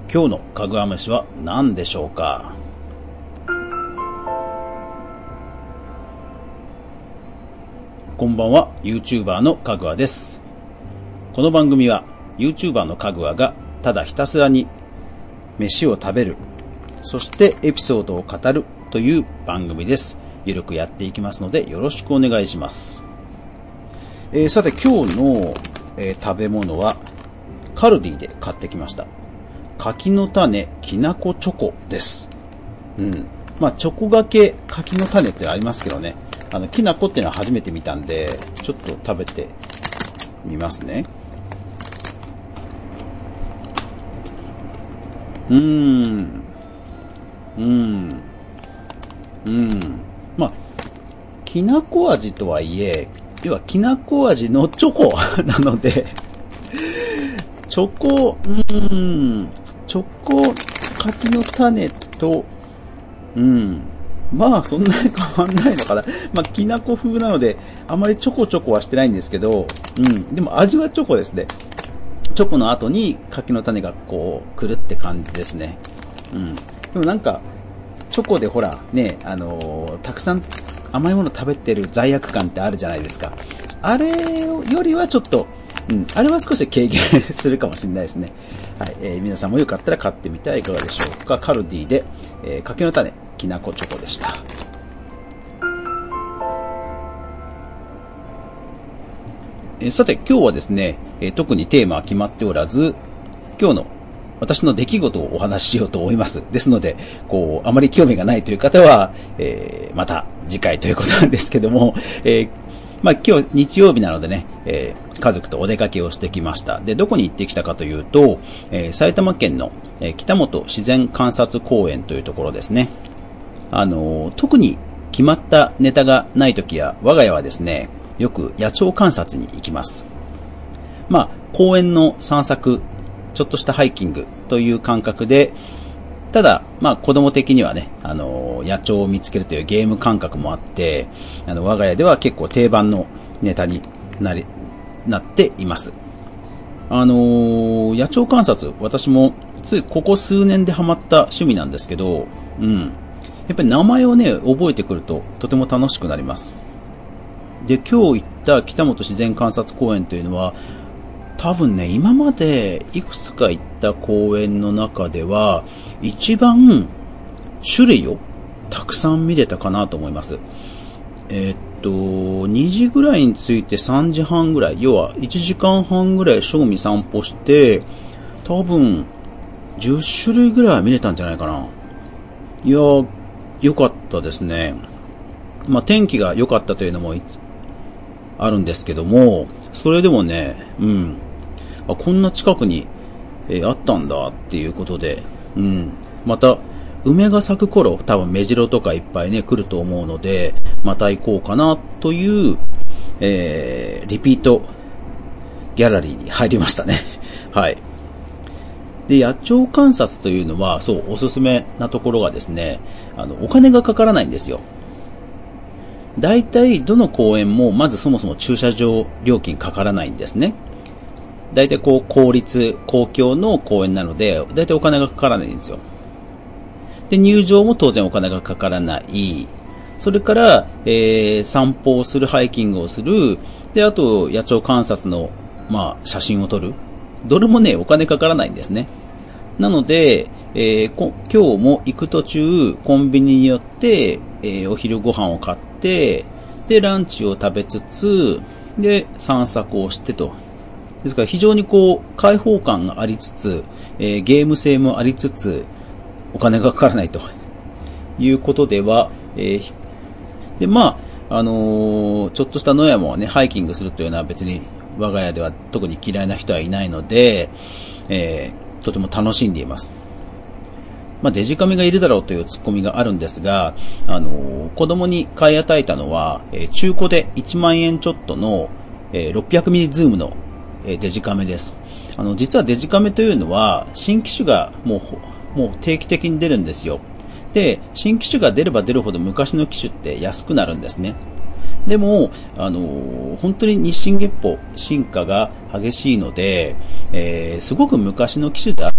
今日のかぐわ飯は何でしょうか。こんばんは、YouTuber のかぐわです。この番組は YouTuber のかぐわがただひたすらに飯を食べる、そしてエピソードを語るという番組です。ゆるくやっていきますのでよろしくお願いします。さて今日の、食べ物はカルディで買ってきました。柿の種きなこチョコです。まあチョコがけ柿の種ってありますけどね。きなこっていうのは初めて見たんで、ちょっと食べてみますね。まあきなこ味とはいえ、要はきなこ味のチョコなので、チョコ柿の種と、まあそんなに変わんないのかな。まあきなこ風なので、あまりチョコチョコはしてないんですけど、でも味はチョコですね。チョコの後に柿の種がこう来るって感じですね。でもなんかチョコでほらね、たくさん甘いもの食べてる罪悪感ってあるじゃないですか。あれよりはちょっと、あれは少し軽減するかもしれないですね。はい、皆さんもよかったら買ってみてはいかがでしょうか。カルディで、柿の種きなこチョコでした。さて今日はですね、特にテーマは決まっておらず、今日の私の出来事をお話ししようと思います。ですので、あまり興味がないという方は、また次回ということなんですけども、まあ今日日曜日なのでね、家族とお出かけをしてきました。で、どこに行ってきたかというと、埼玉県の、北本自然観察公園というところですね。特に決まったネタがないときや、我が家はですね、よく野鳥観察に行きます。まあ、公園の散策、ちょっとしたハイキングという感覚で、ただ、まあ子供的にはね、野鳥を見つけるというゲーム感覚もあって、我が家では結構定番のネタになっています。野鳥観察、私もここ数年でハマった趣味なんですけど、やっぱり名前をね、覚えてくるととても楽しくなります。で、今日行った北本自然観察公園というのは、多分ね、今までいくつか行った公園の中では、一番種類をたくさん見れたかなと思います。2時ぐらいに着いて3時半ぐらい、要は1時間半ぐらい正味散歩して、多分10種類ぐらいは見れたんじゃないかな。いやー、良かったですね。まあ、天気が良かったというのもあるんですけども、それでもね、こんな近くに、あったんだっていうことで、また梅が咲く頃、多分目白とかいっぱいね来ると思うので、また行こうかなという、リピートギャラリーに入りましたね。はい。で、野鳥観察というのは、そう、おすすめなところがですね、お金がかからないんですよ。大体どの公園もまずそもそも駐車場料金かからないんですね。大体公共の公園なので、大体お金がかからないんですよ。で、入場も当然お金がかからない。それから、散歩をする、ハイキングをする。で、あと、野鳥観察の、まあ、写真を撮る。どれもね、お金かからないんですね。なので、今日も行く途中、コンビニによって、お昼ご飯を買って、で、ランチを食べつつ、で、散策をしてと。ですから非常に開放感がありつつ、ゲーム性もありつつ、お金がかからないということでは、で、まあ、ちょっとした野山をね、ハイキングするというのは別に我が家では特に嫌いな人はいないので、とても楽しんでいます。まあ、デジカメがいるだろうというツッコミがあるんですが、子供に買い与えたのは、中古で1万円ちょっとの、600ミリズームの、デジカメです。実はデジカメというのは、新機種がもう定期的に出るんですよ。で、新機種が出れば出るほど昔の機種って安くなるんですね。でも、本当に日進月歩進化が激しいので、すごく昔の機種であっ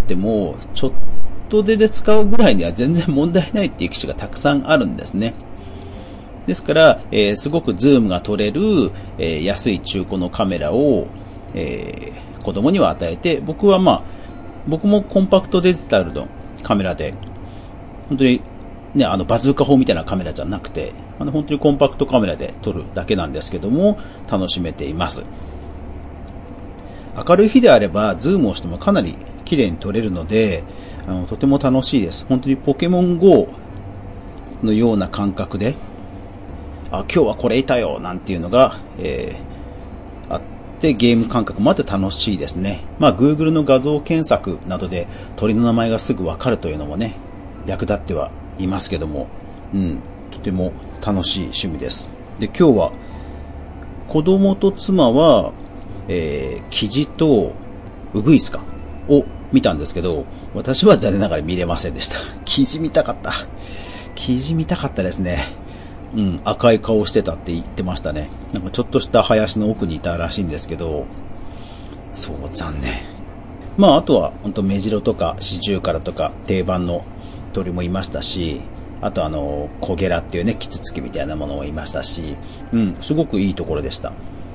っても、ちょっとで使うぐらいには全然問題ないっていう機種がたくさんあるんですね。ですから、すごくズームが取れる、安い中古のカメラを、子供には与えて、僕もコンパクトデジタルのカメラで、本当にね、バズーカ砲みたいなカメラじゃなくて、本当にコンパクトカメラで撮るだけなんですけども、楽しめています。明るい日であれば、ズームをしてもかなり綺麗に撮れるので、とても楽しいです。本当にポケモン GO のような感覚で、今日はこれいたよなんていうのが、あってゲーム感覚もあって楽しいですね。Google の画像検索などで鳥の名前がすぐわかるというのもね、役立ってはいますけども、とても楽しい趣味です。で、今日は子供と妻は、キジとウグイスを見たんですけど、私は残念ながら見れませんでした。キジ見たかった。キジ見たかったですね。赤い顔してたって言ってましたね。なんかちょっとした林の奥にいたらしいんですけど、そう、残念。あとは本当メジロとかシジュウカラとか定番の鳥もいましたし、あとコゲラっていうね、キツツキみたいなものもいましたし、すごくいいところでした。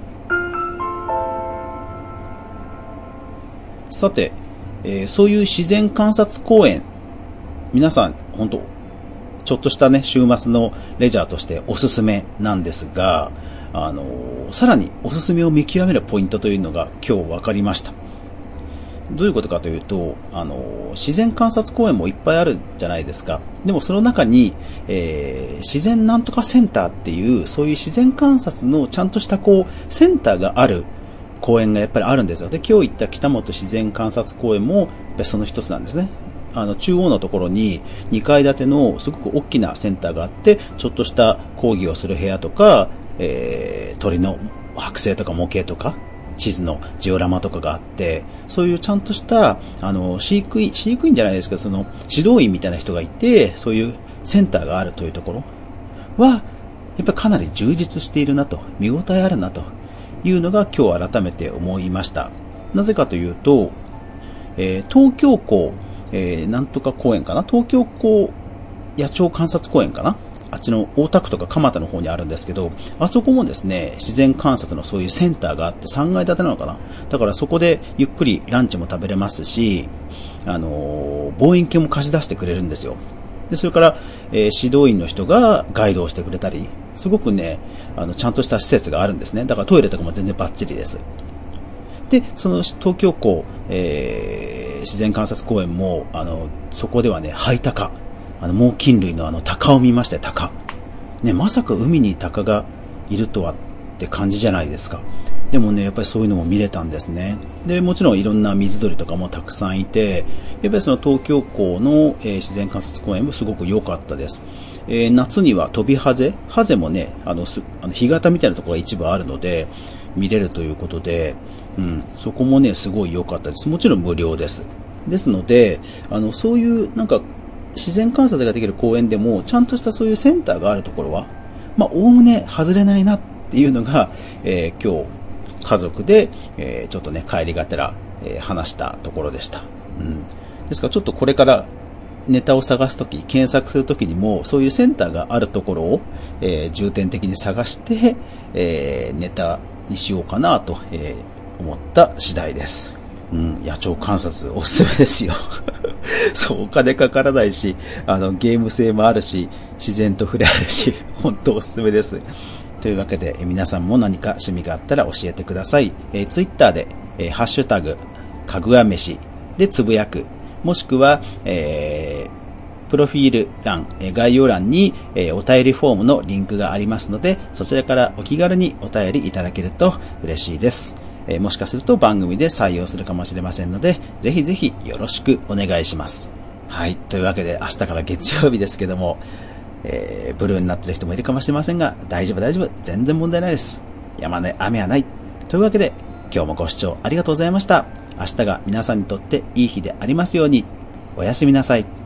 さて、そういう自然観察公園、皆さん本当ちょっとしたね、週末のレジャーとしておすすめなんですが、さらにおすすめを見極めるポイントというのが今日分かりました。どういうことかというと、自然観察公園もいっぱいあるじゃないですか。でもその中に、自然なんとかセンターっていう、そういう自然観察のちゃんとしたセンターがある公園がやっぱりあるんですよ。で、今日行った北本自然観察公園も、やっぱりその一つなんですね。中央のところに2階建てのすごく大きなセンターがあって、ちょっとした講義をする部屋とか、鳥の剥製とか模型とか、地図のジオラマとかがあって、そういうちゃんとした、飼育員じゃないですけど、その指導員みたいな人がいて、そういうセンターがあるというところは、やっぱりかなり充実しているなと、見応えあるなというのが今日改めて思いました。なぜかというと、東京港、なんとか公園かな、東京港野鳥観察公園かな、あっちの大田区とか蒲田の方にあるんですけど、あそこもですね、自然観察のそういうセンターがあって3階建てなのかな。だからそこでゆっくりランチも食べれますし、望遠鏡も貸し出してくれるんですよ。で、それから、指導員の人がガイドをしてくれたり、すごくね、ちゃんとした施設があるんですね。だからトイレとかも全然バッチリです。で、その東京港、自然観察公園も、そこではね、ハイタカ、猛禽類のタカを見ましたよ、タカ。ね、まさか海にタカがいるとはって感じじゃないですか。でもね、やっぱりそういうのも見れたんですね。で、もちろんいろんな水鳥とかもたくさんいて、やっぱりその東京港の、自然観察公園もすごく良かったです。夏には飛びハゼもね、干潟みたいなところが一部あるので、見れるということで、そこもね、すごい良かったです。もちろん無料です。ですので、そういうなんか自然観察ができる公園でも、ちゃんとしたそういうセンターがあるところは、おおむね外れないなっていうのが、今日、家族で、ちょっとね、帰りがてら、話したところでした。ですからちょっとこれからネタを探すとき、検索するときにも、そういうセンターがあるところを、重点的に探して、ネタにしようかなと、思った次第です。野鳥観察おすすめですよ。そう、お金かからないし、ゲーム性もあるし、自然と触れ合えるし、本当おすすめです。というわけで、皆さんも何か趣味があったら教えてください。ツイッターで、ハッシュタグ、かぐわ飯でつぶやく、もしくは、プロフィール欄、概要欄に、お便りフォームのリンクがありますので、そちらからお気軽にお便りいただけると嬉しいです。もしかすると番組で採用するかもしれませんので、ぜひぜひよろしくお願いします。はい。というわけで、明日から月曜日ですけども、ブルーになってる人もいるかもしれませんが、大丈夫。全然問題ないです。山根雨はない。というわけで、今日もご視聴ありがとうございました。明日が皆さんにとっていい日でありますように。おやすみなさい。